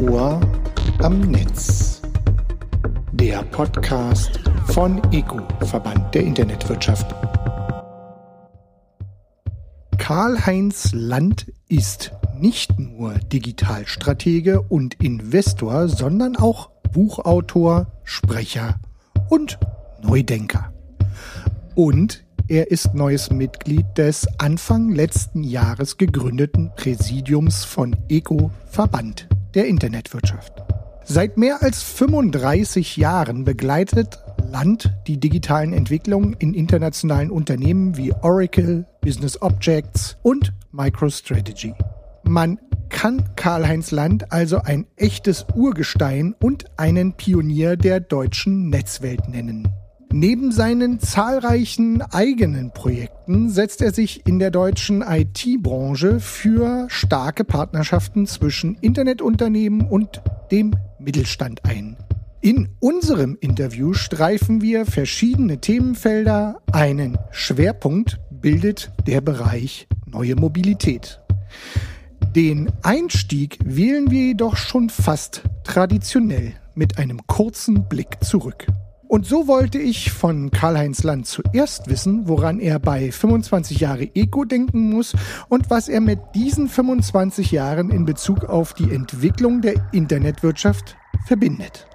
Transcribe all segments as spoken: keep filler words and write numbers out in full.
Ohr am Netz. Der Podcast von E C O, Verband der Internetwirtschaft. Karl-Heinz Land ist nicht nur Digitalstratege und Investor, sondern auch Buchautor, Sprecher und Neudenker. Und er ist neues Mitglied des Anfang letzten Jahres gegründeten Präsidiums von E C O, Verband der Internetwirtschaft. Seit mehr als fünfunddreißig Jahren begleitet Land die digitalen Entwicklungen in internationalen Unternehmen wie Oracle, Business Objects und MicroStrategy. Man kann Karl-Heinz Land also ein echtes Urgestein und einen Pionier der deutschen Netzwelt nennen. Neben seinen zahlreichen eigenen Projekten setzt er sich in der deutschen I T-Branche für starke Partnerschaften zwischen Internetunternehmen und dem Mittelstand ein. In unserem Interview streifen wir verschiedene Themenfelder. Einen Schwerpunkt bildet der Bereich neue Mobilität. Den Einstieg wählen wir jedoch schon fast traditionell mit einem kurzen Blick zurück. Und so wollte ich von Karl-Heinz Land zuerst wissen, woran er bei fünfundzwanzig Jahre E C O denken muss und was er mit diesen fünfundzwanzig Jahren in Bezug auf die Entwicklung der Internetwirtschaft verbindet.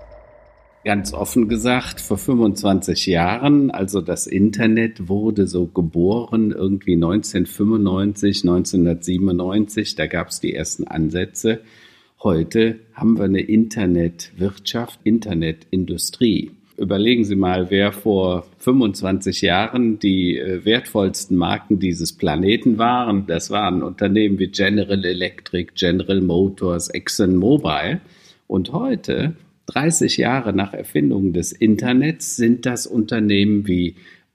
Ganz offen gesagt, vor fünfundzwanzig Jahren, also das Internet wurde so geboren, irgendwie neunzehnhundertfünfundneunzig, neunzehnhundertsiebenundneunzig, da gab es die ersten Ansätze. Heute haben wir eine Internetwirtschaft, Internetindustrie. Überlegen Sie mal, wer vor fünfundzwanzig Jahren die äh, wertvollsten Marken dieses Planeten waren. Das waren Unternehmen wie General Electric, General Motors, ExxonMobil. Und heute, dreißig Jahre nach Erfindung des Internets, sind das Unternehmen wie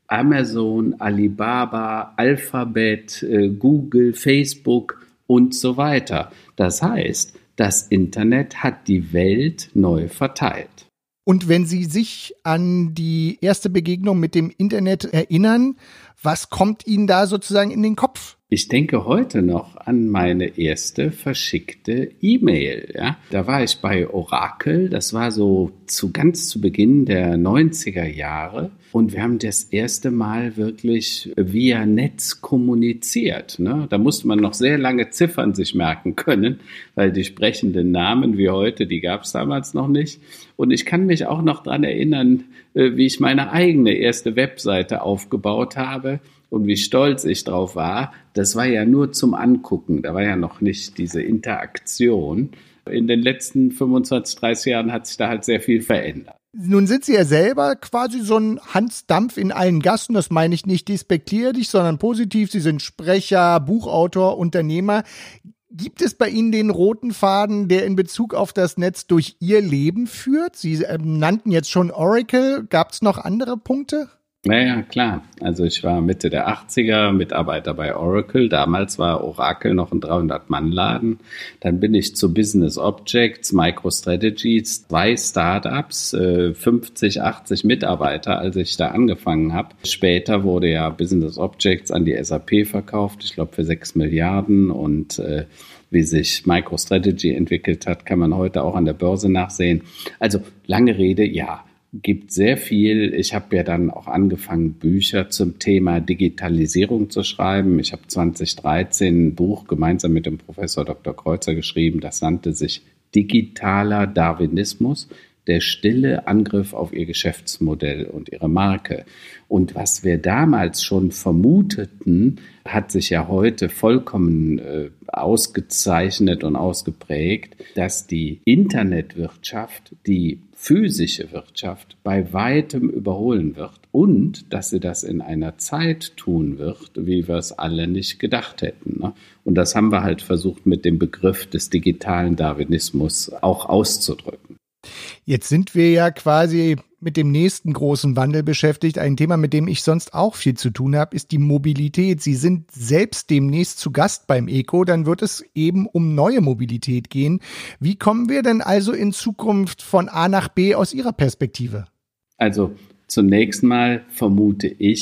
Amazon, Alibaba, Alphabet, äh, Google, Facebook und so weiter. Das heißt, das Internet hat die Welt neu verteilt. Und wenn Sie sich an die erste Begegnung mit dem Internet erinnern, was kommt Ihnen da sozusagen in den Kopf? Ich denke heute noch an meine erste verschickte E-Mail. Ja? Da war ich bei Oracle, das war so zu ganz zu Beginn der neunziger Jahre. Und wir haben das erste Mal wirklich via Netz kommuniziert. Ne? Da musste man noch sehr lange Ziffern sich merken können, weil die sprechenden Namen wie heute, die gab es damals noch nicht. Und ich kann mich auch noch daran erinnern, wie ich meine eigene erste Webseite aufgebaut habe. Und wie stolz ich drauf war, das war ja nur zum Angucken, da war ja noch nicht diese Interaktion. In den letzten fünfundzwanzig, dreißig Jahren hat sich da halt sehr viel verändert. Nun sind Sie ja selber quasi so ein Hans Dampf in allen Gassen, das meine ich nicht despektierlich, sondern positiv. Sie sind Sprecher, Buchautor, Unternehmer. Gibt es bei Ihnen den roten Faden, der in Bezug auf das Netz durch Ihr Leben führt? Sie ähm, nannten jetzt schon Oracle. Gab es noch andere Punkte? Naja, klar. Also ich war Mitte der achtziger Mitarbeiter bei Oracle. Damals war Oracle noch ein dreihundert-Mann-Laden. Dann bin ich zu Business Objects, MicroStrategy, zwei Startups, fünfzig, achtzig Mitarbeiter, als ich da angefangen habe. Später wurde ja Business Objects an die S A P verkauft, ich glaube für sechs Milliarden. Und äh, wie sich MicroStrategy entwickelt hat, kann man heute auch an der Börse nachsehen. Also lange Rede, ja. Gibt sehr viel. Ich habe ja dann auch angefangen, Bücher zum Thema Digitalisierung zu schreiben. Ich habe zwanzig dreizehn ein Buch gemeinsam mit dem Professor Doktor Kreuzer geschrieben. Das nannte sich Digitaler Darwinismus, der stille Angriff auf ihr Geschäftsmodell und ihre Marke. Und was wir damals schon vermuteten, hat sich ja heute vollkommen äh, ausgezeichnet und ausgeprägt, dass die Internetwirtschaft die physische Wirtschaft bei weitem überholen wird und dass sie das in einer Zeit tun wird, wie wir es alle nicht gedacht hätten. Ne? Und das haben wir halt versucht mit dem Begriff des digitalen Darwinismus auch auszudrücken. Jetzt sind wir ja quasi mit dem nächsten großen Wandel beschäftigt. Ein Thema, mit dem ich sonst auch viel zu tun habe, ist die Mobilität. Sie sind selbst demnächst zu Gast beim E C O, dann wird es eben um neue Mobilität gehen. Wie kommen wir denn also in Zukunft von A nach B aus Ihrer Perspektive? Also zunächst mal vermute ich,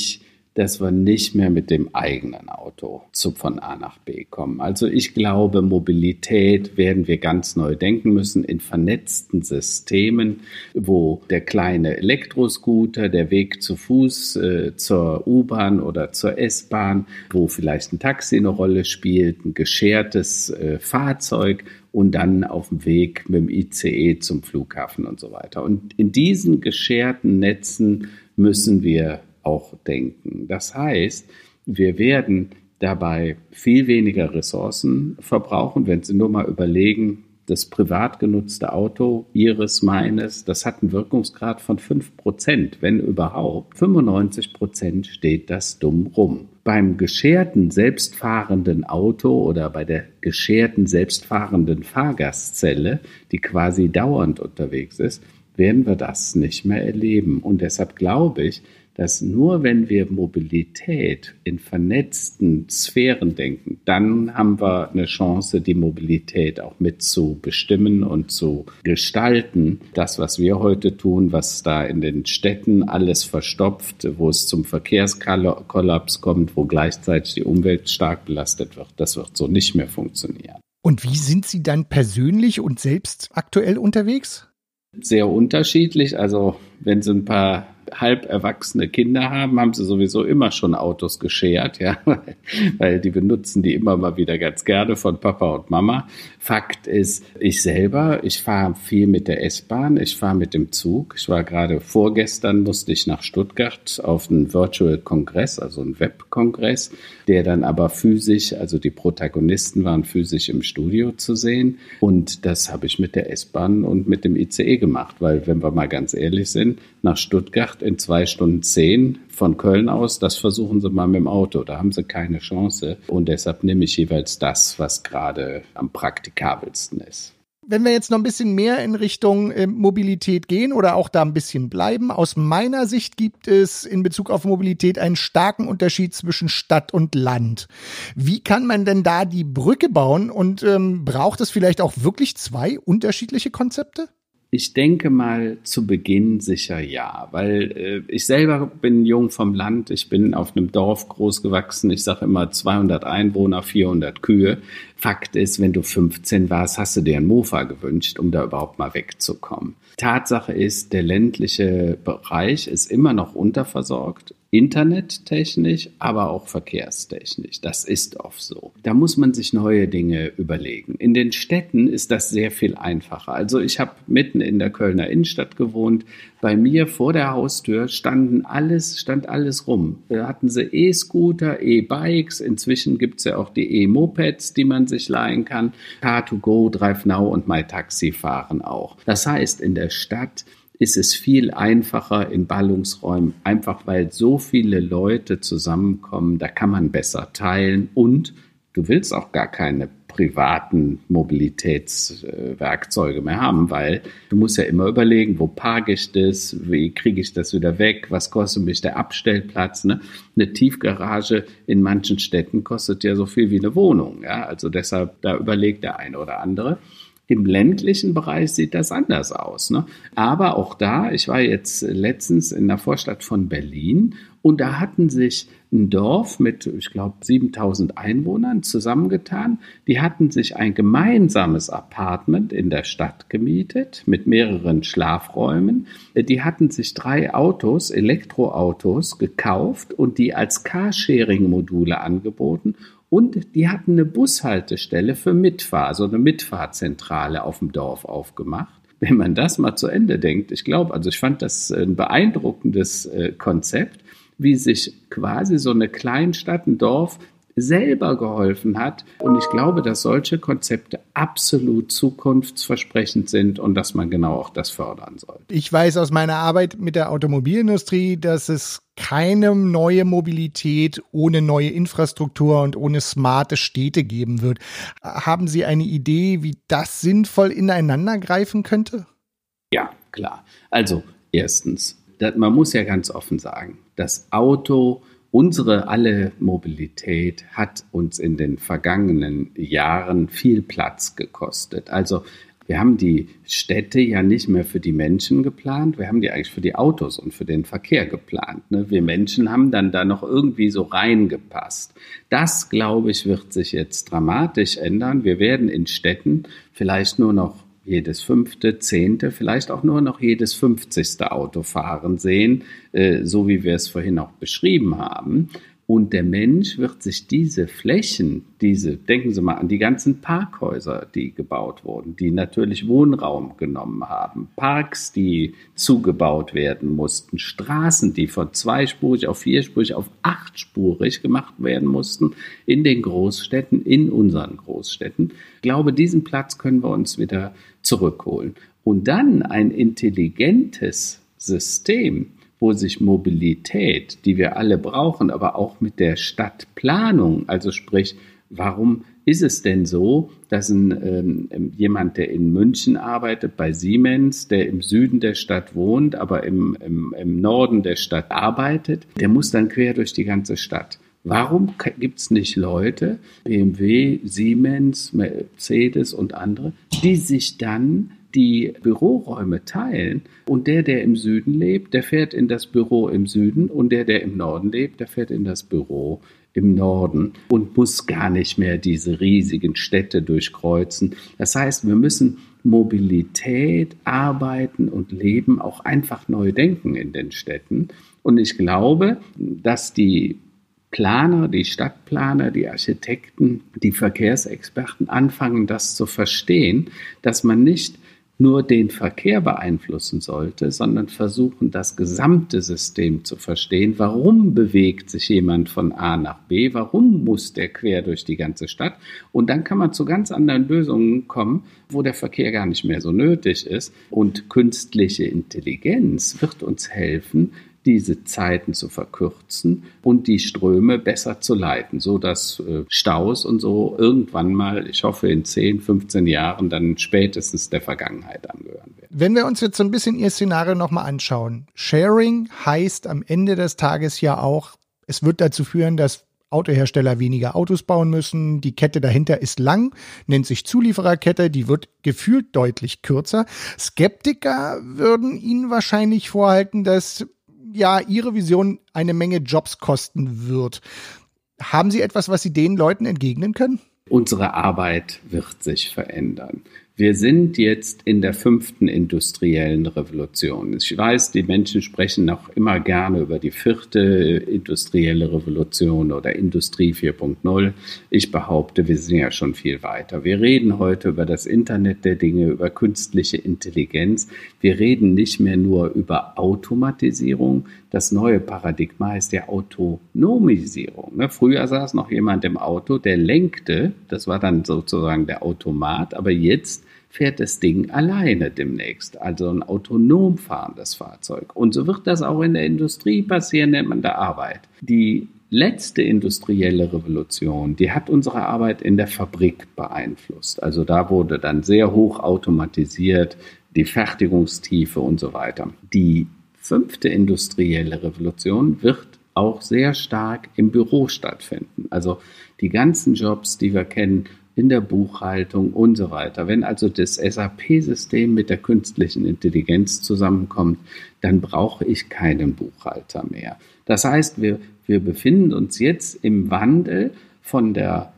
dass wir nicht mehr mit dem eigenen Auto zu, von A nach B kommen. Also ich glaube, Mobilität werden wir ganz neu denken müssen in vernetzten Systemen, wo der kleine Elektroscooter, der Weg zu Fuß äh, zur U-Bahn oder zur S-Bahn, wo vielleicht ein Taxi eine Rolle spielt, ein geschertes äh, Fahrzeug und dann auf dem Weg mit dem I C E zum Flughafen und so weiter. Und in diesen gescherten Netzen müssen wir auch denken. Das heißt, wir werden dabei viel weniger Ressourcen verbrauchen, wenn Sie nur mal überlegen, das privat genutzte Auto, Ihres, meines, das hat einen Wirkungsgrad von fünf Prozent, wenn überhaupt. fünfundneunzig Prozent steht das dumm rum. Beim gescherten selbstfahrenden Auto oder bei der gescherten selbstfahrenden Fahrgastzelle, die quasi dauernd unterwegs ist, werden wir das nicht mehr erleben. Und deshalb glaube ich, dass nur wenn wir Mobilität in vernetzten Sphären denken, dann haben wir eine Chance, die Mobilität auch mit zu bestimmen und zu gestalten. Das, was wir heute tun, was da in den Städten alles verstopft, wo es zum Verkehrskollaps kommt, wo gleichzeitig die Umwelt stark belastet wird, das wird so nicht mehr funktionieren. Und wie sind Sie dann persönlich und selbst aktuell unterwegs? Sehr unterschiedlich. Also wenn Sie ein paar halb erwachsene Kinder haben, haben sie sowieso immer schon Autos geschert, ja, weil die benutzen die immer mal wieder ganz gerne von Papa und Mama. Fakt ist, ich selber, ich fahre viel mit der S-Bahn, ich fahre mit dem Zug. Ich war gerade vorgestern, musste ich nach Stuttgart auf einen Virtual Kongress, also einen Webkongress, der dann aber physisch, also die Protagonisten waren physisch im Studio zu sehen. Und das habe ich mit der S-Bahn und mit dem I C E gemacht, weil, wenn wir mal ganz ehrlich sind, nach Stuttgart in zwei Stunden zehn von Köln aus, das versuchen Sie mal mit dem Auto, da haben Sie keine Chance. Und deshalb nehme ich jeweils das, was gerade am praktikabelsten ist. Wenn wir jetzt noch ein bisschen mehr in Richtung äh, Mobilität gehen oder auch da ein bisschen bleiben, aus meiner Sicht gibt es in Bezug auf Mobilität einen starken Unterschied zwischen Stadt und Land. Wie kann man denn da die Brücke bauen und ähm, braucht es vielleicht auch wirklich zwei unterschiedliche Konzepte? Ich denke mal zu Beginn sicher ja, weil äh, ich selber bin jung vom Land, ich bin auf einem Dorf groß gewachsen, ich sage immer zweihundert Einwohner, vierhundert Kühe. Fakt ist, wenn du fünfzehn warst, hast du dir einen Mofa gewünscht, um da überhaupt mal wegzukommen. Tatsache ist, der ländliche Bereich ist immer noch unterversorgt, internettechnisch, aber auch verkehrstechnisch. Das ist oft so. Da muss man sich neue Dinge überlegen. In den Städten ist das sehr viel einfacher. Also ich habe mitten in der Kölner Innenstadt gewohnt. Bei mir vor der Haustür standen alles, stand alles rum. Da hatten sie E-Scooter, E-Bikes. Inzwischen gibt es ja auch die E-Mopeds, die man sich leihen kann. Car to go, Drive Now und MyTaxi fahren auch. Das heißt, in der Stadt ist es viel einfacher in Ballungsräumen, einfach weil so viele Leute zusammenkommen, da kann man besser teilen und du willst auch gar keine privaten Mobilitätswerkzeuge mehr haben, weil du musst ja immer überlegen, wo parke ich das, wie kriege ich das wieder weg, was kostet mich der Abstellplatz, ne? Eine Tiefgarage in manchen Städten kostet ja so viel wie eine Wohnung, ja, also deshalb, da überlegt der eine oder andere. Im ländlichen Bereich sieht das anders aus, ne? Aber auch da, ich war jetzt letztens in der Vorstadt von Berlin und da hatten sich ein Dorf mit, ich glaube, siebentausend Einwohnern zusammengetan. Die hatten sich ein gemeinsames Apartment in der Stadt gemietet mit mehreren Schlafräumen. Die hatten sich drei Autos, Elektroautos, gekauft und die als Carsharing-Module angeboten. Und die hatten eine Bushaltestelle für Mitfahr, so eine Mitfahrzentrale auf dem Dorf aufgemacht. Wenn man das mal zu Ende denkt, ich glaube, also ich fand das ein beeindruckendes äh, Konzept, wie sich quasi so eine Kleinstadt, ein Dorf selber geholfen hat. Und ich glaube, dass solche Konzepte absolut zukunftsversprechend sind und dass man genau auch das fördern sollte. Ich weiß aus meiner Arbeit mit der Automobilindustrie, dass es keine neue Mobilität ohne neue Infrastruktur und ohne smarte Städte geben wird. Haben Sie eine Idee, wie das sinnvoll ineinander greifen könnte? Ja, klar. Also erstens, man muss ja ganz offen sagen, das Auto, unsere alle Mobilität hat uns in den vergangenen Jahren viel Platz gekostet. Also Wir haben die Städte ja nicht mehr für die Menschen geplant, wir haben die eigentlich für die Autos und für den Verkehr geplant. Ne? Wir Menschen haben dann da noch irgendwie so reingepasst. Das, glaube ich, wird sich jetzt dramatisch ändern. Wir werden in Städten vielleicht nur noch jedes fünfte, zehnte, vielleicht auch nur noch jedes fünfzigste Auto fahren sehen, äh, so wie wir es vorhin auch beschrieben haben. Und der Mensch wird sich diese Flächen, diese, denken Sie mal an die ganzen Parkhäuser, die gebaut wurden, die natürlich Wohnraum genommen haben, Parks, die zugebaut werden mussten, Straßen, die von zweispurig auf vierspurig auf achtspurig gemacht werden mussten, in den Großstädten, in unseren Großstädten. Ich glaube, diesen Platz können wir uns wieder zurückholen. Und dann ein intelligentes System, wo sich Mobilität, die wir alle brauchen, aber auch mit der Stadtplanung, also sprich, warum ist es denn so, dass ein, ähm, jemand, der in München arbeitet, bei Siemens, der im Süden der Stadt wohnt, aber im, im, im Norden der Stadt arbeitet, der muss dann quer durch die ganze Stadt. Warum gibt es nicht Leute, B M W, Siemens, Mercedes und andere, die sich dann die Büroräume teilen und der, der im Süden lebt, der fährt in das Büro im Süden und der, der im Norden lebt, der fährt in das Büro im Norden und muss gar nicht mehr diese riesigen Städte durchkreuzen. Das heißt, wir müssen Mobilität, Arbeiten und Leben auch einfach neu denken in den Städten. Und ich glaube, dass die Planer, die Stadtplaner, die Architekten, die Verkehrsexperten anfangen, das zu verstehen, dass man nicht nur den Verkehr beeinflussen sollte, sondern versuchen, das gesamte System zu verstehen. Warum bewegt sich jemand von A nach B? Warum muss der quer durch die ganze Stadt? Und dann kann man zu ganz anderen Lösungen kommen, wo der Verkehr gar nicht mehr so nötig ist. Und künstliche Intelligenz wird uns helfen, diese Zeiten zu verkürzen und die Ströme besser zu leiten, so dass äh, Staus und so irgendwann mal, ich hoffe in zehn, fünfzehn Jahren, dann spätestens der Vergangenheit angehören werden. Wenn wir uns jetzt so ein bisschen Ihr Szenario nochmal anschauen. Sharing heißt am Ende des Tages ja auch, es wird dazu führen, dass Autohersteller weniger Autos bauen müssen. Die Kette dahinter ist lang, nennt sich Zuliefererkette, die wird gefühlt deutlich kürzer. Skeptiker würden Ihnen wahrscheinlich vorhalten, dass ja Ihre Vision eine Menge Jobs kosten wird. Haben Sie etwas, was Sie den Leuten entgegnen können? Unsere Arbeit wird sich verändern. Wir sind jetzt in der fünften industriellen Revolution. Ich weiß, die Menschen sprechen noch immer gerne über die vierte industrielle Revolution oder Industrie vier Punkt null. Ich behaupte, wir sind ja schon viel weiter. Wir reden heute über das Internet der Dinge, über künstliche Intelligenz. Wir reden nicht mehr nur über Automatisierung. Das neue Paradigma ist der Autonomisierung. Früher saß noch jemand im Auto, der lenkte. Das war dann sozusagen der Automat. Aber jetzt fährt das Ding alleine demnächst, also ein autonom fahrendes Fahrzeug. Und so wird das auch in der Industrie passieren, nennt man der Arbeit. Die letzte industrielle Revolution, die hat unsere Arbeit in der Fabrik beeinflusst. Also da wurde dann sehr hoch automatisiert, die Fertigungstiefe und so weiter. Die fünfte industrielle Revolution wird auch sehr stark im Büro stattfinden. Also die ganzen Jobs, die wir kennen, in der Buchhaltung und so weiter. Wenn also das S A P-System mit der künstlichen Intelligenz zusammenkommt, dann brauche ich keinen Buchhalter mehr. Das heißt, wir, wir befinden uns jetzt im Wandel von der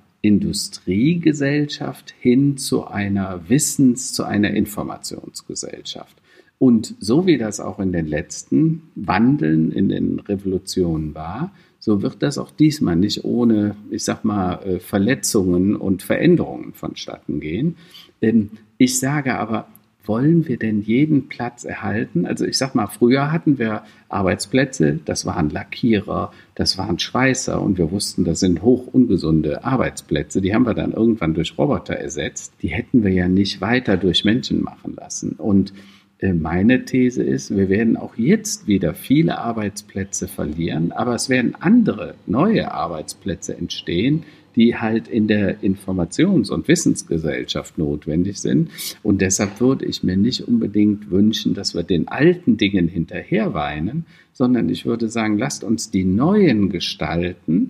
Industriegesellschaft hin zu einer Wissens-, zu einer Informationsgesellschaft. Und so wie das auch in den letzten Wandeln, in den Revolutionen war, so wird das auch diesmal nicht ohne, ich sag mal, Verletzungen und Veränderungen vonstatten gehen. Ich sage aber, wollen wir denn jeden Platz erhalten? Also ich sag mal, früher hatten wir Arbeitsplätze, das waren Lackierer, das waren Schweißer und wir wussten, das sind hoch ungesunde Arbeitsplätze. Die haben wir dann irgendwann durch Roboter ersetzt. Die hätten wir ja nicht weiter durch Menschen machen lassen. Und meine These ist, wir werden auch jetzt wieder viele Arbeitsplätze verlieren, aber es werden andere, neue Arbeitsplätze entstehen, die halt in der Informations- und Wissensgesellschaft notwendig sind. Und deshalb würde ich mir nicht unbedingt wünschen, dass wir den alten Dingen hinterherweinen, sondern ich würde sagen, lasst uns die neuen gestalten,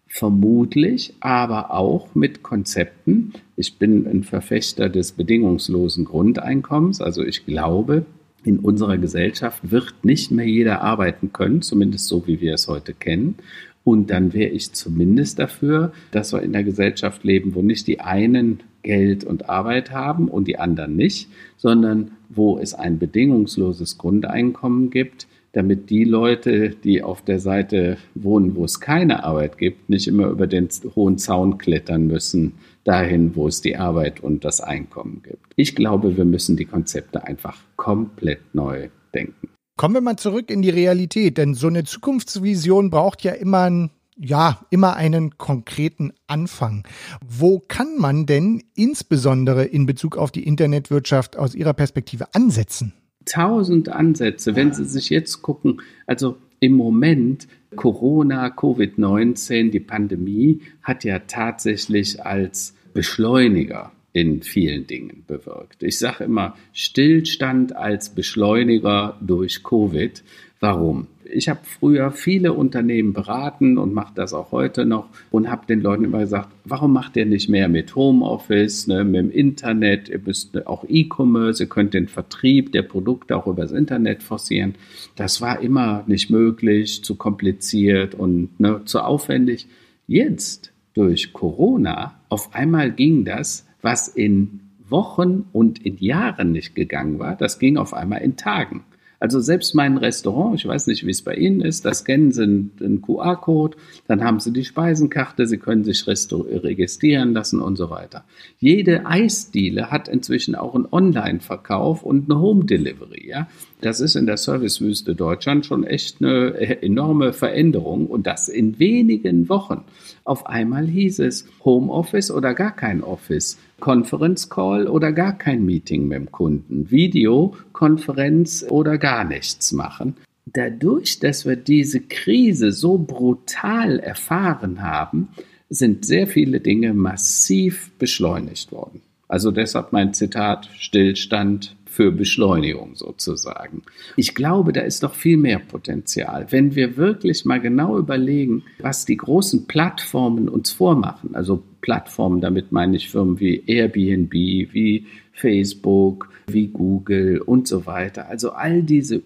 Vermutlich, aber auch mit Konzepten. Ich bin ein Verfechter des bedingungslosen Grundeinkommens. Also ich glaube, in unserer Gesellschaft wird nicht mehr jeder arbeiten können, zumindest so, wie wir es heute kennen. Und dann wäre ich zumindest dafür, dass wir in einer Gesellschaft leben, wo nicht die einen Geld und Arbeit haben und die anderen nicht, sondern wo es ein bedingungsloses Grundeinkommen gibt, damit die Leute, die auf der Seite wohnen, wo es keine Arbeit gibt, nicht immer über den hohen Zaun klettern müssen, dahin, wo es die Arbeit und das Einkommen gibt. Ich glaube, wir müssen die Konzepte einfach komplett neu denken. Kommen wir mal zurück in die Realität, denn so eine Zukunftsvision braucht ja immer ein Ja, immer einen konkreten Anfang. Wo kann man denn insbesondere in Bezug auf die Internetwirtschaft aus Ihrer Perspektive ansetzen? Tausend Ansätze, wenn Sie sich jetzt gucken, also im Moment Corona, Covid neunzehn, die Pandemie hat ja tatsächlich als Beschleuniger in vielen Dingen bewirkt. Ich sage immer Stillstand als Beschleuniger durch Covid. Warum? Ich habe früher viele Unternehmen beraten und mache das auch heute noch und habe den Leuten immer gesagt, warum macht ihr nicht mehr mit Homeoffice, ne, mit dem Internet, ihr müsst auch E-Commerce, ihr könnt den Vertrieb der Produkte auch über das Internet forcieren. Das war immer nicht möglich, zu kompliziert und ne, zu aufwendig. Jetzt durch Corona, auf einmal ging das, was in Wochen und in Jahren nicht gegangen war, das ging auf einmal in Tagen. Also selbst mein Restaurant, ich weiß nicht, wie es bei Ihnen ist, da scannen Sie einen Q R-Code, dann haben Sie die Speisenkarte, Sie können sich registrieren lassen und so weiter. Jede Eisdiele hat inzwischen auch einen Online-Verkauf und eine Home-Delivery. Ja? Das ist in der Servicewüste Deutschland schon echt eine enorme Veränderung und das in wenigen Wochen. Auf einmal hieß es Homeoffice oder gar kein Office, Conference Call oder gar kein Meeting mit dem Kunden, Videokonferenz oder gar nichts machen. Dadurch, dass wir diese Krise so brutal erfahren haben, sind sehr viele Dinge massiv beschleunigt worden. Also deshalb mein Zitat, Stillstand für Beschleunigung sozusagen. Ich glaube, da ist noch viel mehr Potenzial. Wenn wir wirklich mal genau überlegen, was die großen Plattformen uns vormachen, also Plattformen, damit meine ich Firmen wie Airbnb, wie Facebook, wie Google und so weiter. Also all diese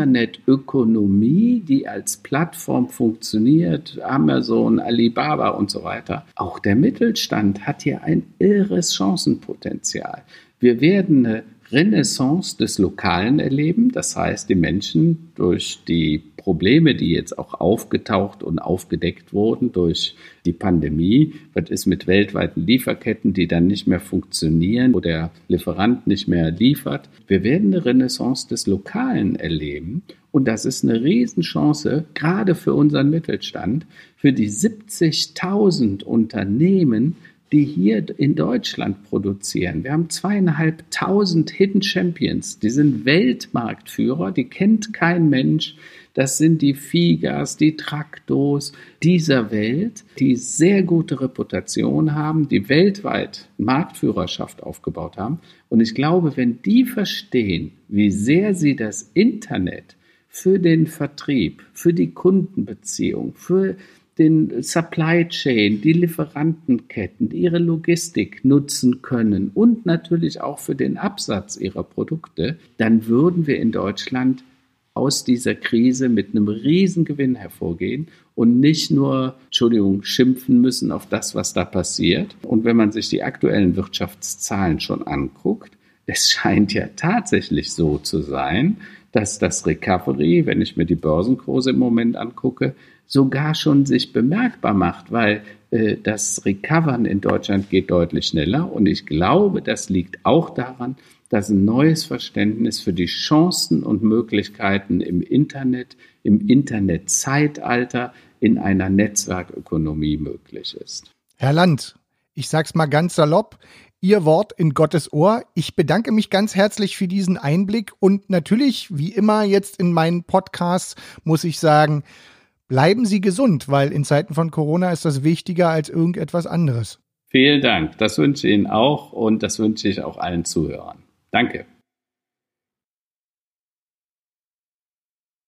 Internetökonomie, die als Plattform funktioniert, Amazon, Alibaba und so weiter. Auch der Mittelstand hat hier ein irres Chancenpotenzial. Wir werden eine Renaissance des Lokalen erleben. Das heißt, die Menschen durch die Probleme, die jetzt auch aufgetaucht und aufgedeckt wurden durch die Pandemie, was ist mit weltweiten Lieferketten, die dann nicht mehr funktionieren, wo der Lieferant nicht mehr liefert. Wir werden eine Renaissance des Lokalen erleben. Und das ist eine Riesenchance, gerade für unseren Mittelstand, für die siebzigtausend Unternehmen, die hier in Deutschland produzieren. Wir haben zweieinhalbtausend Hidden Champions, die sind Weltmarktführer, die kennt kein Mensch. Das sind die Figas, die Traktos dieser Welt, die sehr gute Reputation haben, die weltweit Marktführerschaft aufgebaut haben. Und ich glaube, wenn die verstehen, wie sehr sie das Internet für den Vertrieb, für die Kundenbeziehung, für den Supply Chain, die Lieferantenketten, ihre Logistik nutzen können und natürlich auch für den Absatz ihrer Produkte, dann würden wir in Deutschland aus dieser Krise mit einem Riesengewinn hervorgehen und nicht nur, Entschuldigung, schimpfen müssen auf das, was da passiert. Und wenn man sich die aktuellen Wirtschaftszahlen schon anguckt, es scheint ja tatsächlich so zu sein, dass das Recovery, wenn ich mir die Börsenkurse im Moment angucke, sogar schon sich bemerkbar macht, weil äh, das Recovern in Deutschland geht deutlich schneller. Und ich glaube, das liegt auch daran, dass ein neues Verständnis für die Chancen und Möglichkeiten im Internet, im Internetzeitalter, in einer Netzwerkökonomie möglich ist. Herr Land, ich sag's mal ganz salopp, Ihr Wort in Gottes Ohr. Ich bedanke mich ganz herzlich für diesen Einblick und natürlich, wie immer jetzt in meinen Podcasts, muss ich sagen, bleiben Sie gesund, weil in Zeiten von Corona ist das wichtiger als irgendetwas anderes. Vielen Dank. Das wünsche ich Ihnen auch und das wünsche ich auch allen Zuhörern. Danke.